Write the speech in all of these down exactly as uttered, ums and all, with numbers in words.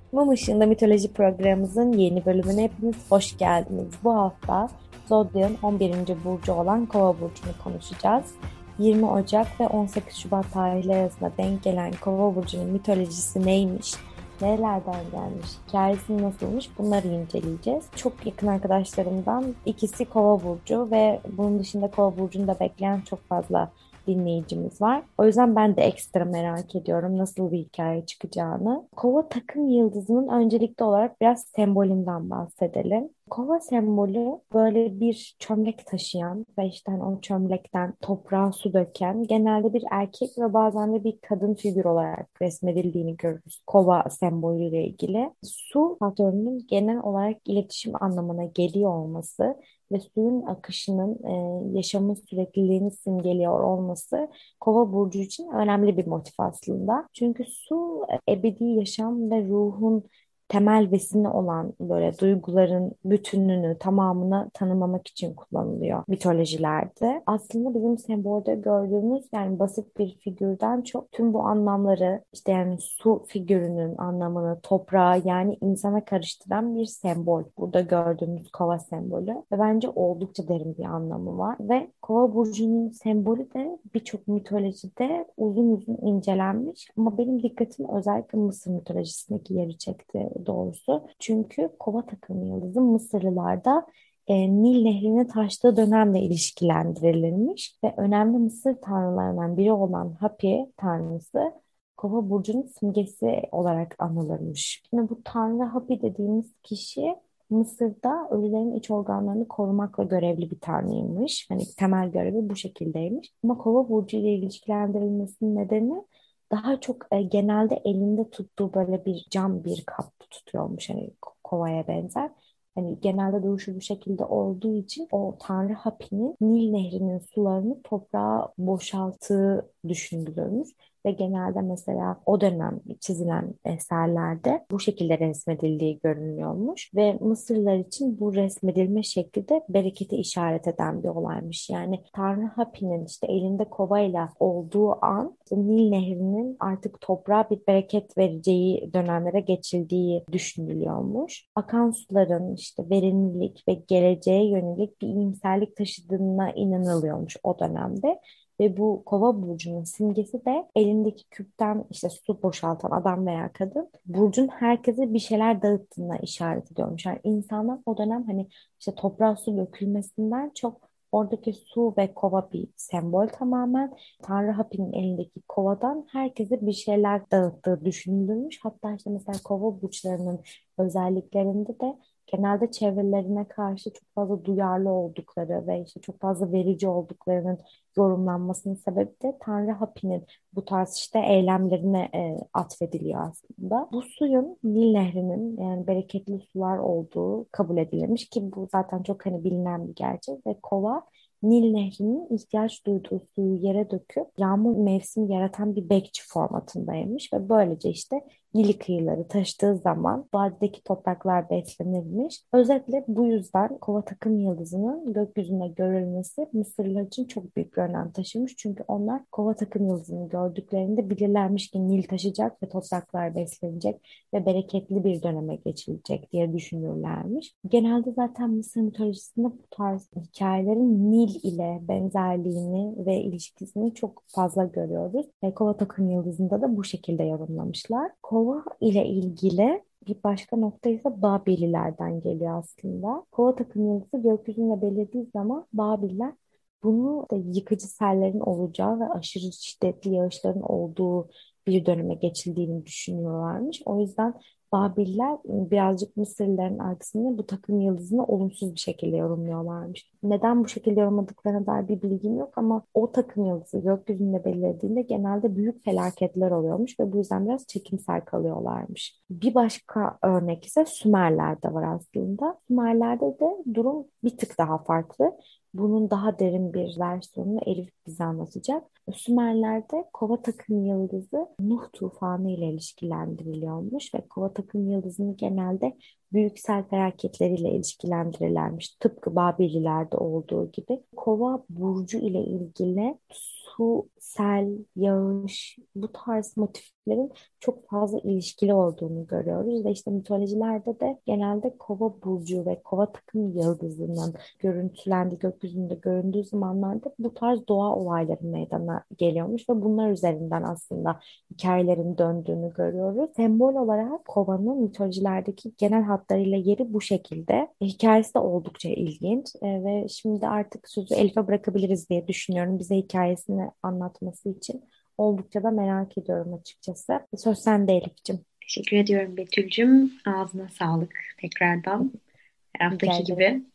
Mum Işığında Mitoloji programımızın yeni bölümüne hepiniz hoş geldiniz. Bu hafta Zodyak'ın on birinci burcu olan Kova burcunu konuşacağız. yirmi Ocak ve on sekiz Şubat tarihleri arasında denk gelen Kova burcunun mitolojisi neymiş, nerelerden gelmiş, hikayesi nasılmış bunları inceleyeceğiz. Çok yakın arkadaşlarımdan ikisi Kova burcu ve bunun dışında Kova burcunu da bekleyen çok fazla dinleyicimiz var. O yüzden ben de ekstra merak ediyorum nasıl bir hikaye çıkacağını. Kova takım yıldızının öncelikli olarak biraz sembolünden bahsedelim. Kova sembolü böyle bir çömlek taşıyan ve işte hani o çömlekten toprağa su döken genelde bir erkek ve bazen de bir kadın figür olarak resmedildiğini görürüz. Kova sembolüyle ilgili. Su faktörünün genel olarak iletişim anlamına geliyor olması ve suyun akışının e, yaşamın sürekliliğini simgeliyor olması Kova burcu için önemli bir motif aslında. Çünkü su e, ebedi yaşam ve ruhun temel besini olan böyle duyguların bütününü, tamamını tanımlamak için kullanılıyor mitolojilerde. Aslında bizim sembolde gördüğümüz yani basit bir figürden çok tüm bu anlamları işte yani su figürünün anlamını toprağa yani insana karıştıran bir sembol. Burada gördüğümüz kova sembolü ve bence oldukça derin bir anlamı var ve kova burcunun sembolü de birçok mitolojide uzun uzun incelenmiş ama benim dikkatimi özellikle Mısır mitolojisindeki yeri çekti doğrusu. Çünkü kova takımı yıldızı Mısırlılarda e, Nil Nehri'ne taştığı dönemle ilişkilendirilmiş ve önemli Mısır tanrılarından biri olan Hapi tanrısı Kova burcunun simgesi olarak anılırmış. Şimdi bu Tanrı Hapi dediğimiz kişi Mısır'da ölülerin iç organlarını korumakla görevli bir tanrıymış. Hani temel görevi bu şekildeymiş. Ama Kova burcu ile ilişkilendirilmesinin nedeni daha çok e, genelde elinde tuttuğu böyle bir cam bir kap tutuyormuş. Hani ko- kovaya benzer. Hani genelde duruşu bu şekilde olduğu için o Tanrı Hapi'nin Nil Nehri'nin sularını toprağa boşalttığı düşünülürmüş. Ve genelde mesela o dönem çizilen eserlerde bu şekilde resmedildiği görünüyormuş. Ve Mısırlılar için bu resmedilme şekli de bereketi işaret eden bir olaymış. Yani Tanrı Hapi'nin işte elinde kovayla olduğu an işte Nil Nehri'nin artık toprağa bir bereket vereceği dönemlere geçildiği düşünülüyormuş. Akan suların işte verimlilik ve geleceğe yönelik bir iyimserlik taşıdığına inanılıyormuş o dönemde. Ve bu kova burcunun simgesi de elindeki küpten işte su boşaltan adam veya kadın burcun herkese bir şeyler dağıttığına işaret ediyormuş. Yani insanlar o dönem hani işte toprağa su dökülmesinden çok oradaki su ve kova bir sembol tamamen. Tanrı Hapi'nin elindeki kovadan herkese bir şeyler dağıttığı düşünülmüş. Hatta işte mesela kova burçlarının özelliklerinde de genelde çevrelerine karşı çok fazla duyarlı oldukları ve işte çok fazla verici olduklarının yorumlanmasının sebebi de Tanrı Hapi'nin bu tarz işte eylemlerine e, atfediliyor aslında. Bu suyun Nil Nehri'nin yani bereketli sular olduğu kabul edilmiş ki bu zaten çok hani bilinen bir gerçek ve kova Nil Nehri'nin ihtiyaç duyduğu suyu yere döküp yağmur mevsimi yaratan bir bekçi formatındaymış ve böylece işte Nil kıyıları taştığı zaman vadideki topraklar beslenirmiş. Özetle bu yüzden Kova takım yıldızının gökyüzünde görülmesi Mısırlılar için çok büyük bir önem taşımış. Çünkü onlar Kova takım yıldızını gördüklerinde bilirlermiş ki Nil taşacak ve topraklar beslenecek ve bereketli bir döneme geçilecek diye düşünürlermiş. Genelde zaten Mısır mitolojisinde bu tarz hikayelerin Nil ile benzerliğini ve ilişkisini çok fazla görüyoruz. Ve Kova takım yıldızında da bu şekilde yorumlamışlar. Kova ile ilgili bir başka nokta ise Babililerden geliyor aslında. Kova takım yıldızı gökyüzünde belirdiği zaman Babiller bunu da yıkıcı sellerin olacağı ve aşırı şiddetli yağışların olduğu bir döneme geçildiğini düşünüyorlarmış. O yüzden Babiller birazcık Mısırlıların aksine bu takım yıldızını olumsuz bir şekilde yorumluyorlarmış. Neden bu şekilde yorumladıklarına dair bir bilgim yok ama o takım yıldızı gökyüzünde belirlediğinde genelde büyük felaketler oluyormuş ve bu yüzden biraz çekimser kalıyorlarmış. Bir başka örnek ise Sümerler'de var aslında. Sümerler'de de durum bir tık daha farklı. Bunun daha derin bir versiyonunu Elif bize anlatacak. Sümerler'de kova takım yıldızı Nuh tufanı ile ilişkilendiriliyormuş ve kova takım yıldızını genelde büyük sel felaketleriyle ilişkilendirirlermiş. Tıpkı Babililerde olduğu gibi. Kova burcu ile ilgili su, sel, yağış bu tarz motif arketiklerin çok fazla ilişkili olduğunu görüyoruz ve işte mitolojilerde de genelde Kova burcu ve Kova takım yıldızının görüntülendiği, gökyüzünde göründüğü zamanlarda bu tarz doğa olayları meydana geliyormuş ve bunlar üzerinden aslında hikayelerin döndüğünü görüyoruz. Sembol olarak Kova'nın mitolojilerdeki genel hatlarıyla yeri bu şekilde. E, Hikayesi de oldukça ilginç. E, ve şimdi artık sözü Elif'e bırakabiliriz diye düşünüyorum. Bize hikayesini anlatması için oldukça da merak ediyorum açıkçası. Söz sende Elif'ciğim. Teşekkür ediyorum Betül'cüm. Ağzına sağlık tekrardan. Her Rica haftaki ederim. gibi.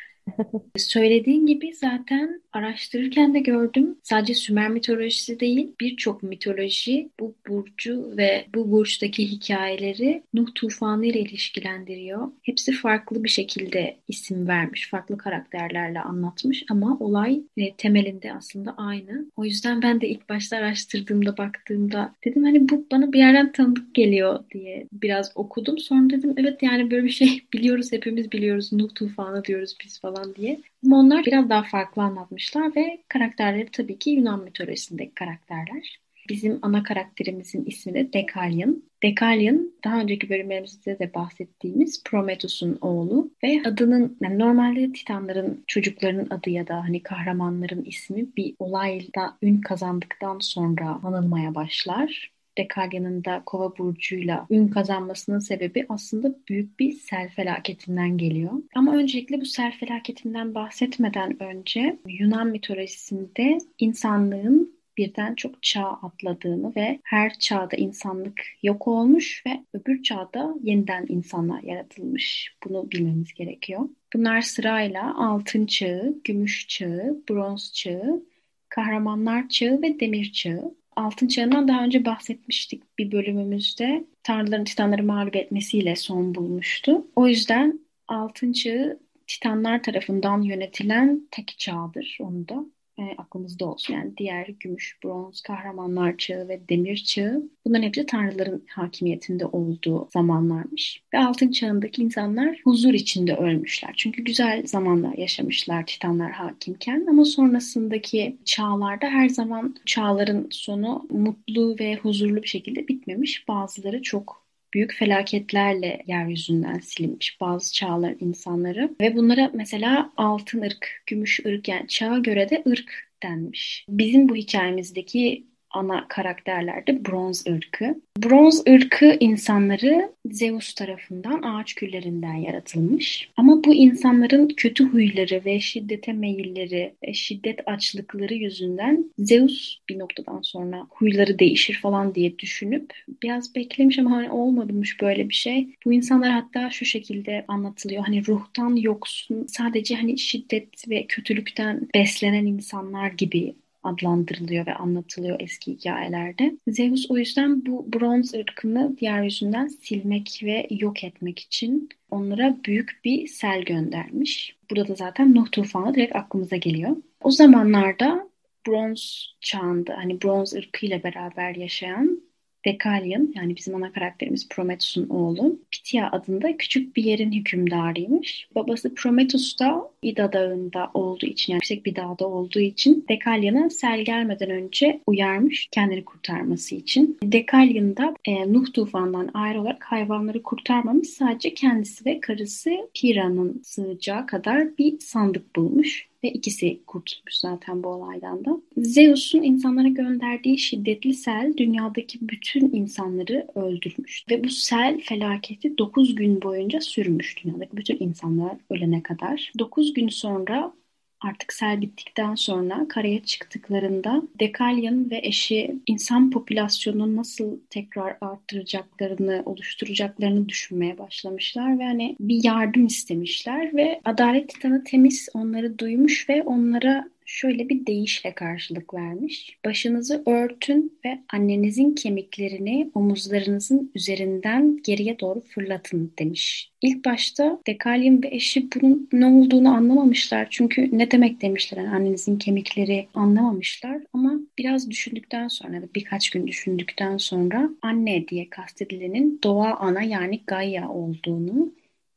Söylediğin gibi zaten araştırırken de gördüm. Sadece Sümer mitolojisi değil, birçok mitoloji bu burcu ve bu burçtaki hikayeleri Nuh tufanı ile ilişkilendiriyor. Hepsi farklı bir şekilde isim vermiş, farklı karakterlerle anlatmış ama olay e, temelinde aslında aynı. O yüzden ben de ilk başta araştırdığımda, baktığımda dedim hani bu bana bir yerden tanıdık geliyor diye biraz okudum. Sonra dedim evet yani böyle bir şey biliyoruz, hepimiz biliyoruz. Nuh tufanı diyoruz biz falan diye. Ama onlar biraz daha farklı anlatmışlar ve karakterleri tabii ki Yunan mitolojisindeki karakterler. Bizim ana karakterimizin ismi de Deucalion. Deucalion daha önceki bölümlerimizde de bahsettiğimiz Prometheus'un oğlu ve adının yani normalde Titanların çocuklarının adı ya da hani kahramanların ismi bir olayda ün kazandıktan sonra anılmaya başlar. Deucalion'un da Kova burcuyla ün kazanmasının sebebi aslında büyük bir sel felaketinden geliyor. Ama öncelikle bu sel felaketinden bahsetmeden önce Yunan mitolojisinde insanlığın birden çok çağ atladığını ve her çağda insanlık yok olmuş ve öbür çağda yeniden insanlar yaratılmış. Bunu bilmemiz gerekiyor. Bunlar sırayla altın çağı, gümüş çağı, bronz çağı, kahramanlar çağı ve demir çağı. Altın Çağı'ndan daha önce bahsetmiştik bir bölümümüzde. Tanrıların Titanları mağlup etmesiyle son bulmuştu. O yüzden Altın Çağı Titanlar tarafından yönetilen tek çağdır. Onu da e, aklımızda olsun. Yani diğer gümüş, bronz, kahramanlar çağı ve demir çağı bunların hepsi tanrıların hakimiyetinde olduğu zamanlarmış. Ve altın çağındaki insanlar huzur içinde ölmüşler. Çünkü güzel zamanlar yaşamışlar Titanlar hakimken ama sonrasındaki çağlarda her zaman çağların sonu mutlu ve huzurlu bir şekilde bitmemiş. Bazıları çok büyük felaketlerle yeryüzünden silinmiş bazı çağların insanları ve bunlara mesela altın ırk, gümüş ırk yani çağa göre de ırk denmiş. Bizim bu hikayemizdeki ana karakterler de bronz ırkı. Bronz ırkı insanları Zeus tarafından ağaç küllerinden yaratılmış. Ama bu insanların kötü huyları ve şiddete meyilleri, ve şiddet açlıkları yüzünden Zeus bir noktadan sonra huyları değişir falan diye düşünüp biraz beklemiş ama hani olmamış böyle bir şey. Bu insanlar hatta şu şekilde anlatılıyor. Hani ruhtan yoksun, sadece hani şiddet ve kötülükten beslenen insanlar gibi adlandırılıyor ve anlatılıyor eski hikayelerde. Zeus o yüzden bu bronz ırkını yeryüzünden silmek ve yok etmek için onlara büyük bir sel göndermiş. Burada da zaten Nuh tufanı direkt aklımıza geliyor. O zamanlarda bronz çağında hani bronz ırkıyla beraber yaşayan Deucalion yani bizim ana karakterimiz Prometheus'un oğlu Pitya adında küçük bir yerin hükümdarıymış. Babası Prometheus da İda Dağı'nda olduğu için yani yüksek bir dağda olduğu için Deucalion'a sel gelmeden önce uyarmış kendini kurtarması için. Deucalion da e, Nuh tufanından ayrı olarak hayvanları kurtarmamış sadece kendisi ve karısı Pira'nın sığacağı kadar bir sandık bulmuş. Ve ikisi kurtulmuş zaten bu olaydan da. Zeus'un insanlara gönderdiği şiddetli sel dünyadaki bütün insanları öldürmüş. Ve bu sel felaketi dokuz gün boyunca sürmüş dünyadaki bütün insanlar ölene kadar. dokuz gün sonra artık sel bittikten sonra karaya çıktıklarında Deucalion ve eşi insan popülasyonunu nasıl tekrar arttıracaklarını, oluşturacaklarını düşünmeye başlamışlar ve hani bir yardım istemişler ve Adalet Titanı Temis onları duymuş ve onlara şöyle bir deyişle karşılık vermiş. Başınızı örtün ve annenizin kemiklerini omuzlarınızın üzerinden geriye doğru fırlatın demiş. İlk başta Deucalion ve eşi bunun ne olduğunu anlamamışlar. Çünkü ne demek demişler yani annenizin kemikleri anlamamışlar. Ama biraz düşündükten sonra birkaç gün düşündükten sonra anne diye kastedilenin doğa ana yani Gaia olduğunu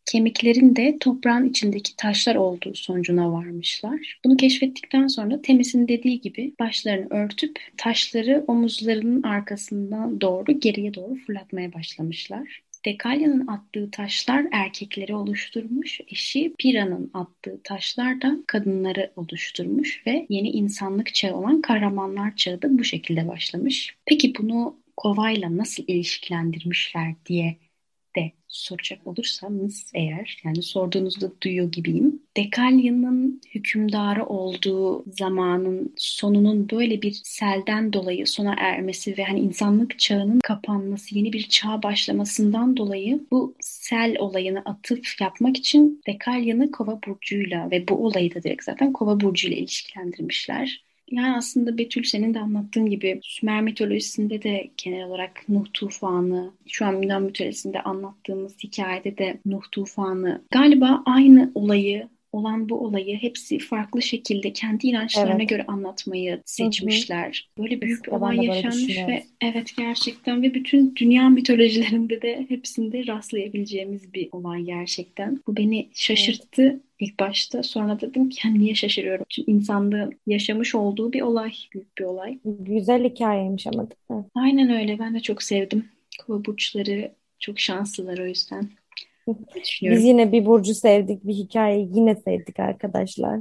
kemiklerin de toprağın içindeki taşlar olduğu sonucuna varmışlar. Bunu keşfettikten sonra Temis'in dediği gibi başlarını örtüp taşları omuzlarının arkasından doğru geriye doğru fırlatmaya başlamışlar. Dekalya'nın attığı taşlar erkekleri oluşturmuş, eşi Pira'nın attığı taşlar da kadınları oluşturmuş ve yeni insanlık çağı olan kahramanlar çağı da bu şekilde başlamış. Peki bunu kovayla nasıl ilişkilendirmişler diye de soracak olursanız eğer, yani sorduğunuzda duyuyor gibiyim. Dekalya'nın hükümdarı olduğu zamanın sonunun böyle bir selden dolayı sona ermesi ve hani insanlık çağının kapanması, yeni bir çağ başlamasından dolayı bu sel olayını atıf yapmak için Dekalya'nı Kova burcuyla ve bu olayı da direkt zaten Kova burcuyla ilişkilendirmişler. Yani aslında Betül, senin de anlattığın gibi Sümer mitolojisinde de genel olarak Nuh tufanı, şu an Yunan mitolojisinde anlattığımız hikayede de Nuh tufanı, galiba aynı olayı, olan bu olayı hepsi farklı şekilde kendi inançlarına Evet. göre anlatmayı Hı hı. seçmişler. Böyle büyük bir Kesinlikle ben olay de böyle yaşanmış düşünüyorum. ve evet, gerçekten ve bütün dünya mitolojilerinde de hepsinde rastlayabileceğimiz bir olay gerçekten. Bu beni Evet. şaşırttı ilk başta. Sonra dedim ki yani niye şaşırıyorum? Çünkü insanlığın yaşamış olduğu bir olay, büyük bir olay. Güzel hikayeymiş ama değil mi? Aynen öyle. Ben de çok sevdim. Kova burçları çok şanslılar o yüzden. Öyle Biz düşünüyorum. yine bir burcu sevdik, bir hikayeyi yine sevdik arkadaşlar.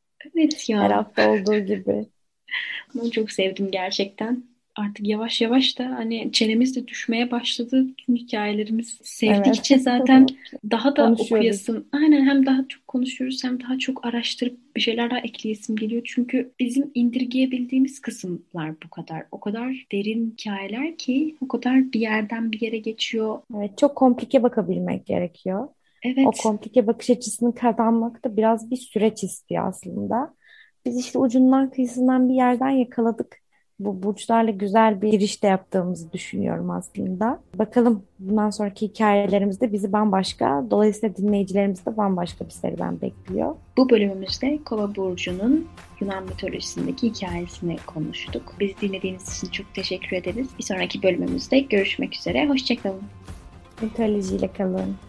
Evet Her ya. hafta olduğu gibi. Bunu çok sevdim gerçekten. Artık yavaş yavaş da hani çenemiz de düşmeye başladı. Tüm hikayelerimiz Evet. sevdikçe zaten daha da Konuşuyoruz. okuyasım. Aynen, hem daha çok konuşuyoruz hem daha çok araştırıp bir şeyler daha ekleyesim geliyor. Çünkü bizim indirgeyebildiğimiz kısımlar bu kadar. O kadar derin hikayeler ki o kadar bir yerden bir yere geçiyor. Evet, çok komplike bakabilmek gerekiyor. O Evet, komplike bakış açısını kazanmak da biraz bir süreç istiyor aslında. Biz işte ucundan kıyısından bir yerden yakaladık. Bu burçlarla güzel bir giriş de yaptığımızı düşünüyorum aslında. Bakalım bundan sonraki hikayelerimizde bizi bambaşka, dolayısıyla dinleyicilerimizi de bambaşka bir serüven bekliyor. bu bölümümüzde Kova burcunun Yunan mitolojisindeki hikayesini konuştuk. Bizi dinlediğiniz için çok teşekkür ederiz. Bir sonraki bölümümüzde görüşmek üzere. Hoşça kalın. Mitolojiyle kalın.